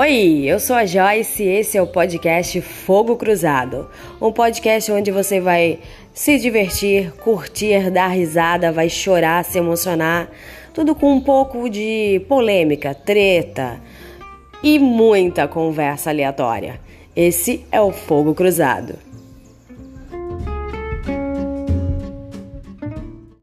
Oi, eu sou a Joyce e esse é o podcast Fogo Cruzado. Um podcast onde você vai se divertir, curtir, dar risada, vai chorar, se emocionar. Tudo com um pouco de polêmica, treta e muita conversa aleatória. Esse é o Fogo Cruzado.